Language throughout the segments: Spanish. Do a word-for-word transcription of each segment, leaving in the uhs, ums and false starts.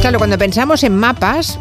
Claro, cuando pensamos en mapas,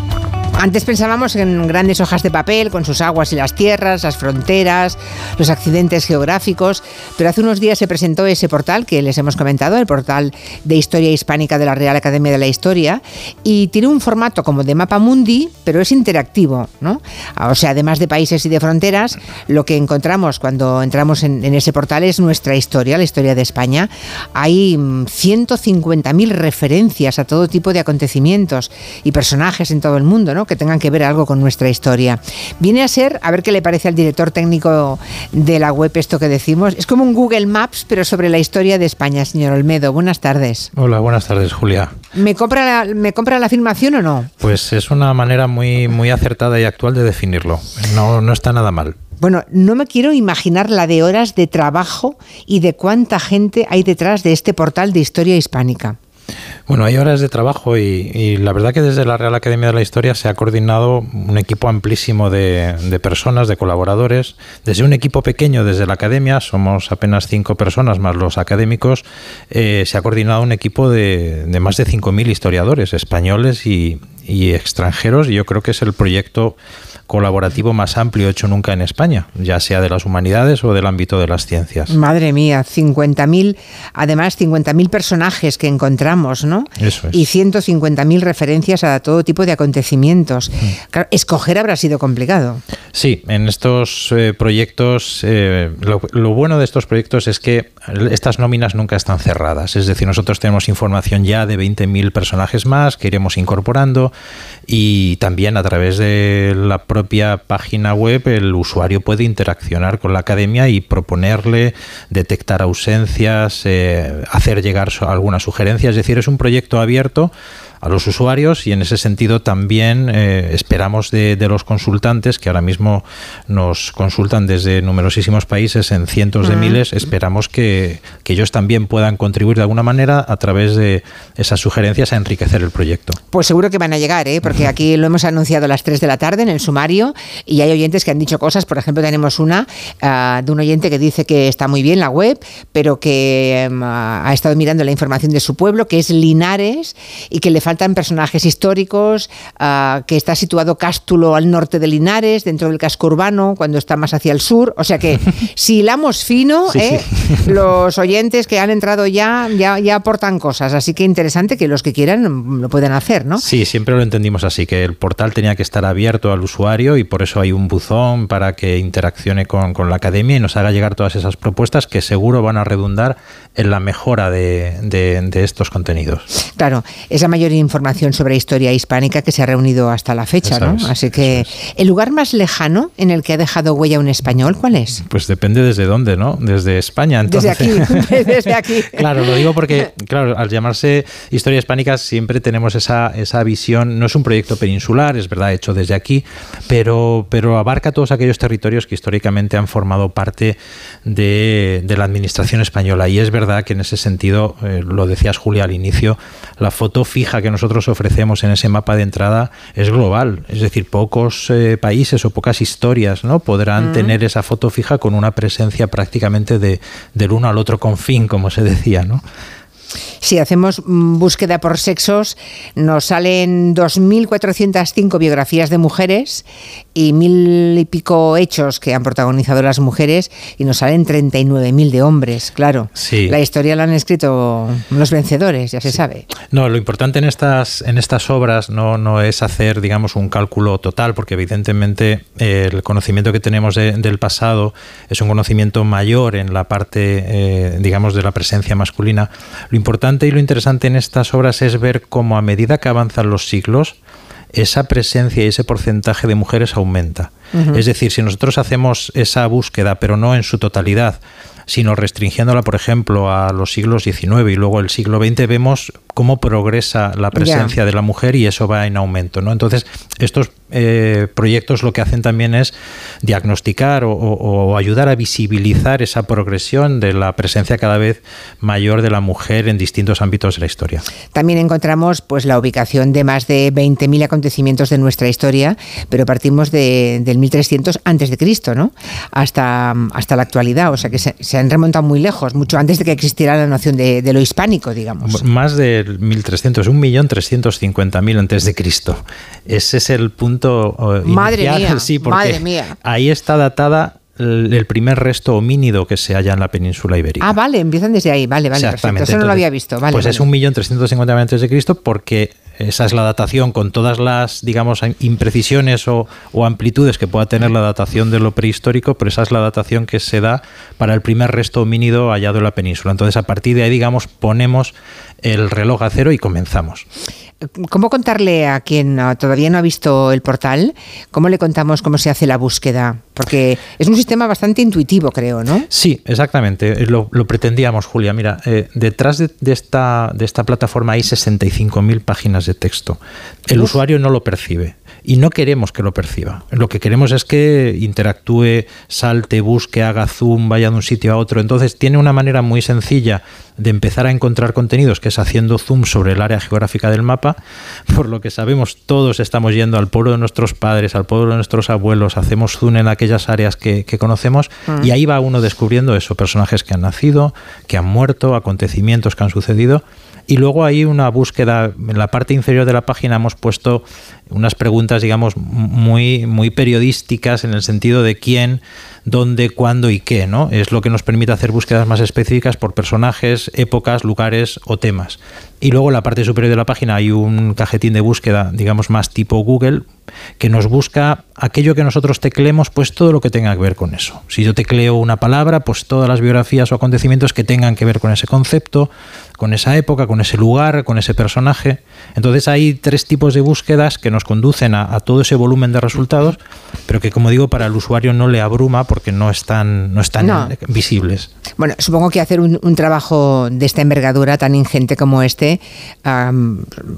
antes pensábamos en grandes hojas de papel con sus aguas y las tierras, las fronteras, los accidentes geográficos, pero hace unos días se presentó ese portal que les hemos comentado, el portal de Historia Hispánica de la Real Academia de la Historia, y tiene un formato como de mapa mundi, pero es interactivo, ¿no? O sea, además de países y de fronteras, lo que encontramos cuando entramos en, en ese portal es nuestra historia, la historia de España. Hay ciento cincuenta mil referencias a todo tipo de acontecimientos y personajes en todo el mundo, ¿no?, que tengan que ver algo con nuestra historia. Viene a ser, a ver qué le parece al director técnico de la web esto que decimos, es como un Google Maps, pero sobre la historia de España. Señor Olmedo, buenas tardes. Hola, buenas tardes, Julia. ¿Me compra la, me compra la afirmación o no? Pues es una manera muy, muy acertada y actual de definirlo. No, no está nada mal. Bueno, no me quiero imaginar la de horas de trabajo y de cuánta gente hay detrás de este portal de Historia Hispánica. Bueno, hay horas de trabajo y, y la verdad que desde la Real Academia de la Historia se ha coordinado un equipo amplísimo de, de personas, de colaboradores. Desde un equipo pequeño, desde la Academia, somos apenas cinco personas más los académicos, eh, se ha coordinado un equipo de, de más de cinco mil historiadores españoles y, y extranjeros, y yo creo que es el proyecto colaborativo más amplio hecho nunca en España, ya sea de las humanidades o del ámbito de las ciencias. Madre mía, cincuenta mil, además cincuenta mil personajes que encontramos, ¿no? Eso es. Y ciento cincuenta mil referencias a todo tipo de acontecimientos. Mm. Claro, escoger habrá sido complicado. Sí, en estos eh, proyectos, eh, lo, lo bueno de estos proyectos es que estas nóminas nunca están cerradas, es decir, nosotros tenemos información ya de veinte mil personajes más que iremos incorporando, y también a través de la propia página web el usuario puede interaccionar con la academia y proponerle, detectar ausencias, eh, hacer llegar algunas sugerencias. Es decir, es un proyecto abierto a los usuarios, y en ese sentido también eh, esperamos de, de los consultantes, que ahora mismo nos consultan desde numerosísimos países en cientos de miles, esperamos que, que ellos también puedan contribuir de alguna manera a través de esas sugerencias a enriquecer el proyecto. Pues seguro que van a llegar, ¿eh? Porque aquí lo hemos anunciado a las tres de la tarde en el sumario, y hay oyentes que han dicho cosas. Por ejemplo, tenemos una uh, de un oyente que dice que está muy bien la web, pero que um, ha estado mirando la información de su pueblo, que es Linares, y que le falta Faltan personajes históricos, uh, que está situado Cástulo al norte de Linares, dentro del casco urbano, cuando está más hacia el sur. O sea que si hilamos fino, sí, eh, sí. Los oyentes que han entrado ya, ya, ya aportan cosas. Así que interesante que los que quieran lo puedan hacer, ¿no? Sí, siempre lo entendimos así, que el portal tenía que estar abierto al usuario, y por eso hay un buzón para que interaccione con, con la academia y nos haga llegar todas esas propuestas que seguro van a redundar en la mejora de, de, de estos contenidos. Claro, esa mayor información sobre historia hispánica que se ha reunido hasta la fecha, ¿no? Es, Así que, ¿el lugar más lejano en el que ha dejado huella un español, cuál es? Pues depende desde dónde, ¿no? Desde España, entonces. Desde aquí, desde aquí. Claro, lo digo porque, claro, al llamarse Historia Hispánica siempre tenemos esa, esa visión. No es un proyecto peninsular, es verdad, hecho desde aquí, pero, pero abarca todos aquellos territorios que históricamente han formado parte de, de la administración española, y es verdad que en ese sentido, eh, lo decías, Julia, al inicio, la foto fija que nosotros ofrecemos en ese mapa de entrada es global, es decir, pocos eh, países o pocas historias, ¿no?, podrán mm. tener esa foto fija con una presencia prácticamente de, del uno al otro confín, como se decía, ¿no? Si hacemos búsqueda por sexos, nos salen dos mil cuatrocientas cinco biografías de mujeres y mil y pico hechos que han protagonizado las mujeres, y nos salen treinta y nueve mil de hombres, claro. Sí. La historia la han escrito los vencedores, ya se sí. sabe. No, lo importante en estas, en estas obras no, no es hacer, digamos, un cálculo total, porque evidentemente eh, el conocimiento que tenemos de, del pasado es un conocimiento mayor en la parte, eh, digamos, de la presencia masculina. Lo importante y lo interesante en estas obras es ver cómo, a medida que avanzan los siglos, esa presencia y ese porcentaje de mujeres aumenta. Uh-huh. Es decir, si nosotros hacemos esa búsqueda, pero no en su totalidad, sino restringiéndola, por ejemplo, a los siglos diecinueve y luego el siglo veinte, vemos cómo progresa la presencia yeah. de la mujer, y eso va en aumento, ¿no? Entonces, estos eh, proyectos lo que hacen también es diagnosticar o, o, o ayudar a visibilizar esa progresión de la presencia cada vez mayor de la mujer en distintos ámbitos de la historia. También encontramos pues la ubicación de más de veinte mil acontecimientos de nuestra historia, pero partimos de, del mil trescientos antes de Cristo, ¿no? Hasta, hasta la actualidad, o sea que se, se han remontado muy lejos, mucho antes de que existiera la noción de, de lo hispánico, digamos. Más de mil trescientos, un millón trescientos cincuenta mil antes de Cristo. Ese es el punto inicial. Madre mía, sí, porque madre mía. Ahí está datada el primer resto homínido que se halla en la península ibérica. Ah, vale, empiezan desde ahí, vale, vale, perfecto. Eso no Entonces, lo había visto, vale. Pues vale. es un millón trescientos cincuenta mil antes de Cristo, porque esa es la datación con todas las, digamos, imprecisiones o, o amplitudes que pueda tener la datación de lo prehistórico, pero esa es la datación que se da para el primer resto homínido hallado en la península. Entonces, a partir de ahí, digamos, ponemos el reloj a cero y comenzamos. ¿Cómo contarle a quien todavía no ha visto el portal, cómo le contamos cómo se hace la búsqueda? Porque es un sistema bastante intuitivo, creo, ¿no? Sí, exactamente. Lo, lo pretendíamos, Julia. Mira, eh, detrás de, de, esta, de esta plataforma hay sesenta y cinco mil páginas de texto. El Uf. usuario no lo percibe y no queremos que lo perciba. Lo que queremos es que interactúe, salte, busque, haga zoom, vaya de un sitio a otro. Entonces tiene una manera muy sencilla de empezar a encontrar contenidos, que es haciendo zoom sobre el área geográfica del mapa. Por lo que sabemos, todos estamos yendo al pueblo de nuestros padres, al pueblo de nuestros abuelos, hacemos zoom en aquellas áreas que, que conocemos mm. y ahí va uno descubriendo eso, personajes que han nacido, que han muerto, acontecimientos que han sucedido. Y luego hay una búsqueda, en la parte inferior de la página hemos puesto unas preguntas, digamos, muy, muy periodísticas en el sentido de quién, dónde, cuándo y qué, ¿no? Es lo que nos permite hacer búsquedas más específicas por personajes, épocas, lugares o temas. Y luego en la parte superior de la página hay un cajetín de búsqueda, digamos, más tipo Google, que nos busca aquello que nosotros tecleemos, pues todo lo que tenga que ver con eso. Si yo tecleo una palabra, pues todas las biografías o acontecimientos que tengan que ver con ese concepto, con esa época, con ese lugar, con ese personaje. Entonces hay tres tipos de búsquedas que nos conducen a, a todo ese volumen de resultados, pero que, como digo, para el usuario no le abruma porque no están, no están no. visibles. Bueno, supongo que hacer un, un trabajo de esta envergadura tan ingente como este, um,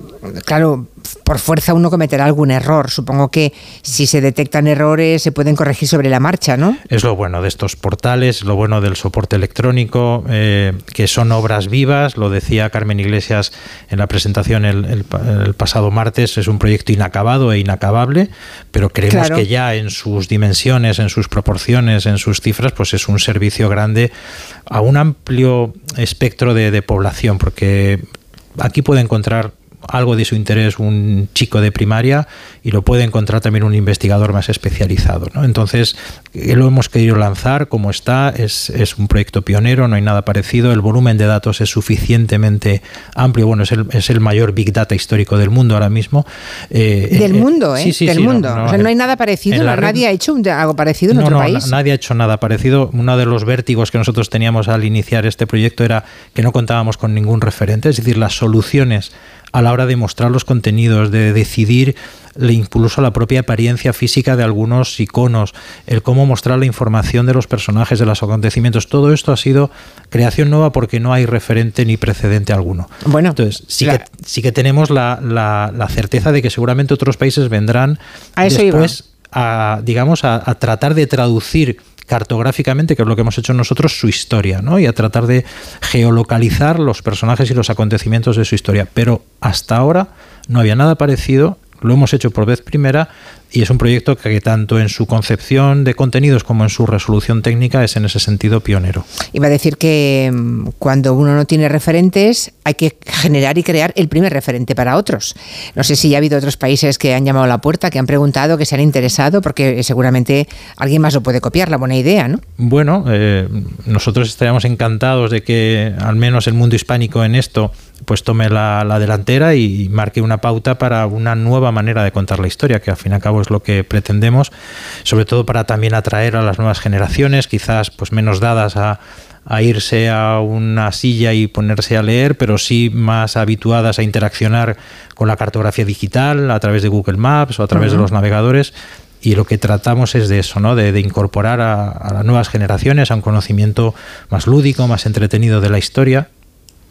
claro, por fuerza uno cometerá algún error. Supongo que si se detectan errores se pueden corregir sobre la marcha, ¿no? Es lo bueno de estos portales, lo bueno del soporte electrónico, eh, que son obras vivas. Lo decía Carmen Iglesias en la presentación el, el, el pasado martes, es un proyecto inacabado e inacabable, pero creemos claro. que ya en sus dimensiones, en sus proporciones, en sus cifras, pues es un servicio grande a un amplio espectro de, de población, porque aquí puede encontrar algo de su interés un chico de primaria y lo puede encontrar también un investigador más especializado, ¿no? Entonces, lo hemos querido lanzar como está, es, es un proyecto pionero, no hay nada parecido, el volumen de datos es suficientemente amplio, bueno, es el, es el mayor Big Data histórico del mundo ahora mismo. Eh, del eh, mundo, ¿eh? Sí, sí, del sí, mundo. No, no, o sea, no hay nada parecido, no, nadie ha hecho un, algo parecido en no, otro no, país. Nadie ha hecho nada parecido. Uno de los vértigos que nosotros teníamos al iniciar este proyecto era que no contábamos con ningún referente, es decir, las soluciones a la hora de mostrar los contenidos, de decidir incluso la propia apariencia física de algunos iconos, el cómo mostrar la información de los personajes, de los acontecimientos, todo esto ha sido creación nueva porque no hay referente ni precedente alguno. Bueno, entonces sí, la... que, sí que tenemos la, la, la certeza de que seguramente otros países vendrán a eso después a, digamos, a, a tratar de traducir cartográficamente, que es lo que hemos hecho nosotros, su historia, ¿no? Y a tratar de geolocalizar los personajes y los acontecimientos de su historia. Pero hasta ahora no había nada parecido, lo hemos hecho por vez primera y es un proyecto que tanto en su concepción de contenidos como en su resolución técnica es en ese sentido pionero. Iba a decir que cuando uno no tiene referentes hay que generar y crear el primer referente para otros. No sé si ya ha habido otros países que han llamado a la puerta, que han preguntado, que se han interesado, porque seguramente alguien más lo puede copiar, la buena idea, ¿no? Bueno, eh, nosotros estaríamos encantados de que al menos el mundo hispánico en esto pues tome la, la delantera y marque una pauta para una nueva manera de contar la historia, que al fin y al cabo es lo que pretendemos, sobre todo para también atraer a las nuevas generaciones, quizás pues menos dadas a, a irse a una silla y ponerse a leer, pero sí más habituadas a interaccionar con la cartografía digital a través de Google Maps o a través uh-huh. de los navegadores. Y lo que tratamos es de eso, ¿no? De, de incorporar a, a las nuevas generaciones a un conocimiento más lúdico, más entretenido de la historia.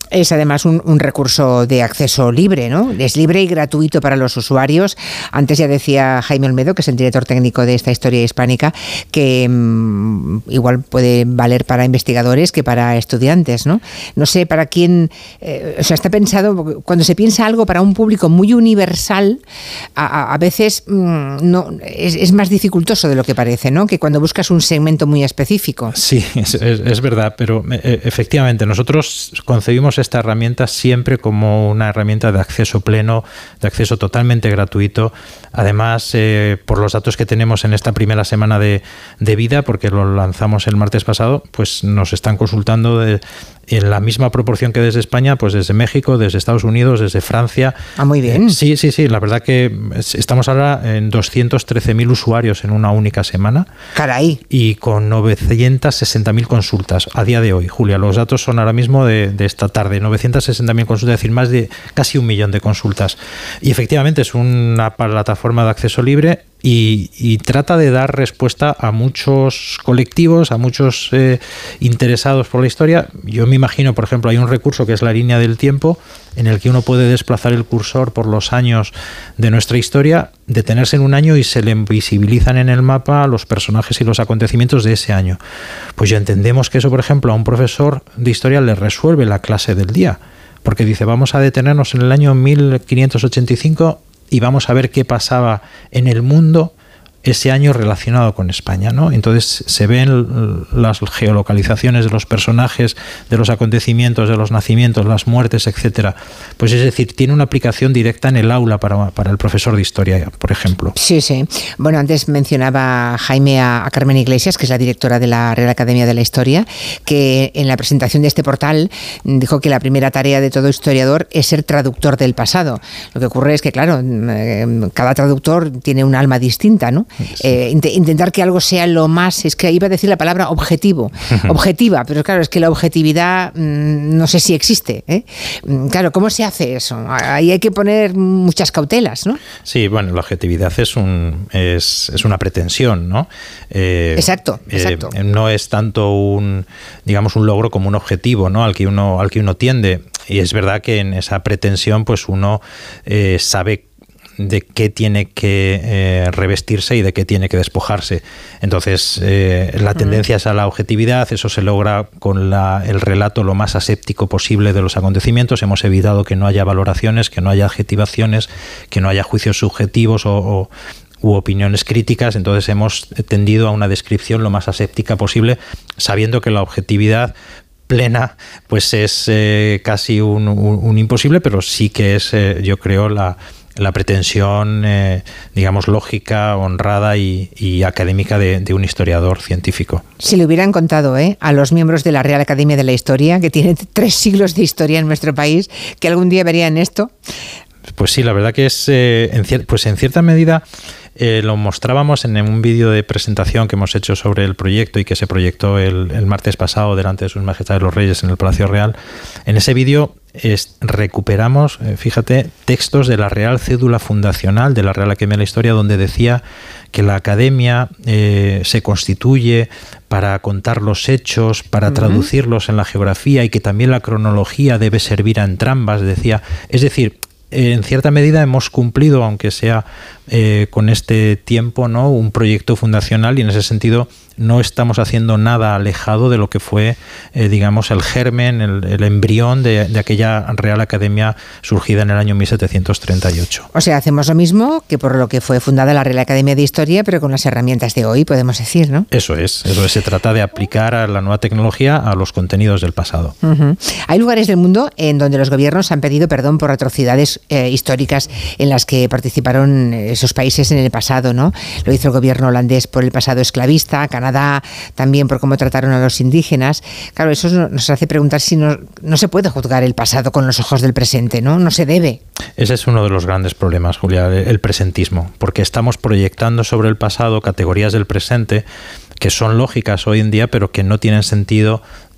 Es además un, un recurso de acceso libre, ¿no? Es libre y gratuito para los usuarios. Antes ya decía Jaime Olmedo, que es el director técnico de esta historia hispánica, que mmm, igual puede valer para investigadores que para estudiantes, ¿no? No sé para quién, eh, o sea, está pensado, cuando se piensa algo para un público muy universal, a, a veces mmm, no es, es más dificultoso de lo que parece, ¿no? Que cuando buscas un segmento muy específico. Sí, es, es, es verdad, pero eh, efectivamente nosotros concebimos esta herramienta siempre como una herramienta de acceso pleno, de acceso totalmente gratuito. Además, eh, por los datos que tenemos en esta primera semana de, de vida, porque lo lanzamos el martes pasado, pues nos están consultando de, en la misma proporción que desde España, pues desde México, desde Estados Unidos, desde Francia. Ah, muy bien. Eh, sí, sí, sí. La verdad que estamos ahora en doscientos trece mil usuarios en una única semana. Caray. Y con novecientas sesenta mil consultas a día de hoy. Julia, los datos son ahora mismo de, de esta tarde. novecientas sesenta mil consultas, es decir, más de casi un millón de consultas. Y efectivamente es una plataforma de acceso libre. Y, y trata de dar respuesta a muchos colectivos, a muchos eh, interesados por la historia. Yo me imagino, por ejemplo, hay un recurso que es la línea del tiempo, en el que uno puede desplazar el cursor por los años de nuestra historia, detenerse en un año y se le visibilizan en el mapa los personajes y los acontecimientos de ese año. Pues ya entendemos que eso, por ejemplo, a un profesor de historia le resuelve la clase del día, porque dice, vamos a detenernos en el año mil quinientos ochenta y cinco y vamos a ver qué pasaba en el mundo ese año relacionado con España, ¿no? Entonces se ven las geolocalizaciones de los personajes, de los acontecimientos, de los nacimientos, las muertes, etcétera. Pues es decir, tiene una aplicación directa en el aula para, para el profesor de historia, por ejemplo. Sí, sí. Bueno, antes mencionaba Jaime a, a Carmen Iglesias, que es la directora de la Real Academia de la Historia, que en la presentación de este portal dijo que la primera tarea de todo historiador es ser traductor del pasado. Lo que ocurre es que, claro, cada traductor tiene un alma distinta, ¿no? Sí. Eh, int- intentar que algo sea lo más, es que iba a decir la palabra objetivo, objetiva, pero claro, es que la objetividad mmm, no sé si existe, ¿eh? Claro, ¿cómo se hace eso? Ahí hay que poner muchas cautelas, ¿no? Sí, bueno, la objetividad es un es, es una pretensión, ¿no? Eh, exacto, exacto. Eh, no es tanto un, digamos, un logro como un objetivo, ¿no? Al que uno, al que uno tiende. Y es verdad que en esa pretensión, pues uno eh, sabe de qué tiene que eh, revestirse y de qué tiene que despojarse. Entonces, eh, la tendencia es a la objetividad, eso se logra con la, el relato lo más aséptico posible de los acontecimientos. Hemos evitado que no haya valoraciones, que no haya adjetivaciones, que no haya juicios subjetivos o, o u opiniones críticas. Entonces hemos tendido a una descripción lo más aséptica posible, sabiendo que la objetividad plena pues es eh, casi un, un, un imposible, pero sí que es, eh, yo creo, la la pretensión, eh, digamos, lógica, honrada y, y académica de, de un historiador científico. Si le hubieran contado ¿eh? a los miembros de la Real Academia de la Historia, que tienen tres siglos de historia en nuestro país, que algún día verían esto. Pues sí, la verdad que es, eh, en cier- pues en cierta medida, eh, lo mostrábamos en un vídeo de presentación que hemos hecho sobre el proyecto y que se proyectó el, el martes pasado delante de sus majestades los reyes en el Palacio Real. En ese vídeo es, recuperamos, eh, fíjate, textos de la Real Cédula Fundacional de la Real Academia de la Historia, donde decía que la Academia eh, se constituye para contar los hechos, para uh-huh. traducirlos en la geografía, y que también la cronología debe servir a entrambas, decía. Es decir, en cierta medida hemos cumplido, aunque sea eh, con este tiempo, ¿no?, un proyecto fundacional, y en ese sentido no estamos haciendo nada alejado de lo que fue, eh, digamos, el germen, el, el embrión de, de aquella Real Academia surgida en el año mil setecientos treinta y ocho. O sea, hacemos lo mismo que por lo que fue fundada la Real Academia de Historia, pero con las herramientas de hoy, podemos decir, ¿no? Eso es, eso es, se trata de aplicar a la nueva tecnología a los contenidos del pasado. Uh-huh. Hay lugares del mundo en donde los gobiernos han pedido perdón por atrocidades eh, históricas en las que participaron esos países en el pasado, ¿no? Lo hizo el gobierno holandés por el pasado esclavista, Canadá también por cómo trataron a los indígenas. Claro, eso nos hace preguntar si no, no se puede juzgar el pasado con los ojos del presente, ¿no? No se debe. Ese es uno de los grandes problemas, Julia, el presentismo, porque estamos proyectando sobre el pasado categorías del presente que son lógicas hoy en día, pero que no tienen sentido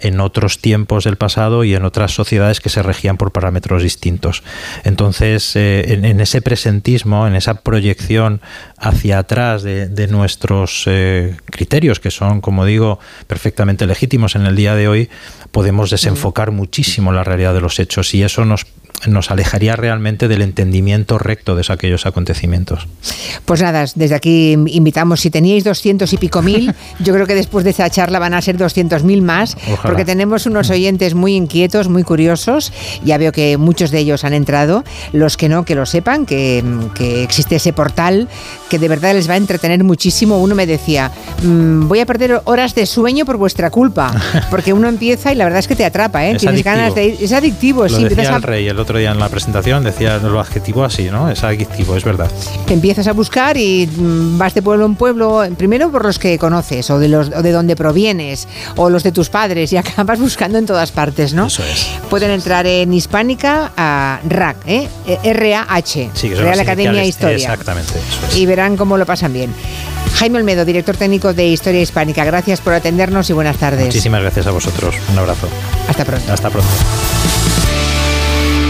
en otros tiempos del pasado y en otras sociedades que se regían por parámetros distintos. Entonces, eh, en, en ese presentismo, en esa proyección hacia atrás de, de nuestros eh, criterios, que son, como digo, perfectamente legítimos en el día de hoy, podemos desenfocar muchísimo la realidad de los hechos, y eso nos nos alejaría realmente del entendimiento recto de aquellos acontecimientos. Pues nada, desde aquí invitamos, si teníais doscientos y pico mil, yo creo que después de esta charla van a ser doscientos mil más, Ojalá. Porque tenemos unos oyentes muy inquietos, muy curiosos, ya veo que muchos de ellos han entrado, los que no, que lo sepan, que, que existe ese portal que de verdad les va a entretener muchísimo. Uno me decía, mmm, voy a perder horas de sueño por vuestra culpa, porque uno empieza y la verdad es que te atrapa, ¿eh? Es Tienes adictivo. ganas de ir, es adictivo. Lo sí, decía a... el rey el otro día en la presentación, decía lo adjetivo así, ¿no? Es adictivo, es verdad. Empiezas a buscar y vas de pueblo en pueblo, primero por los que conoces o de los o de donde provienes o los de tus padres, y acabas buscando en todas partes, ¿no? Eso es. Pueden entrar en Hispánica a R A H, ¿eh? R A H, sí, que Real Academia de Historia. Exactamente, eso es. Y verán cómo lo pasan bien. Jaime Olmedo, director técnico de Historia Hispánica, gracias por atendernos y buenas tardes. Muchísimas gracias a vosotros. Un abrazo. Hasta pronto. Hasta pronto.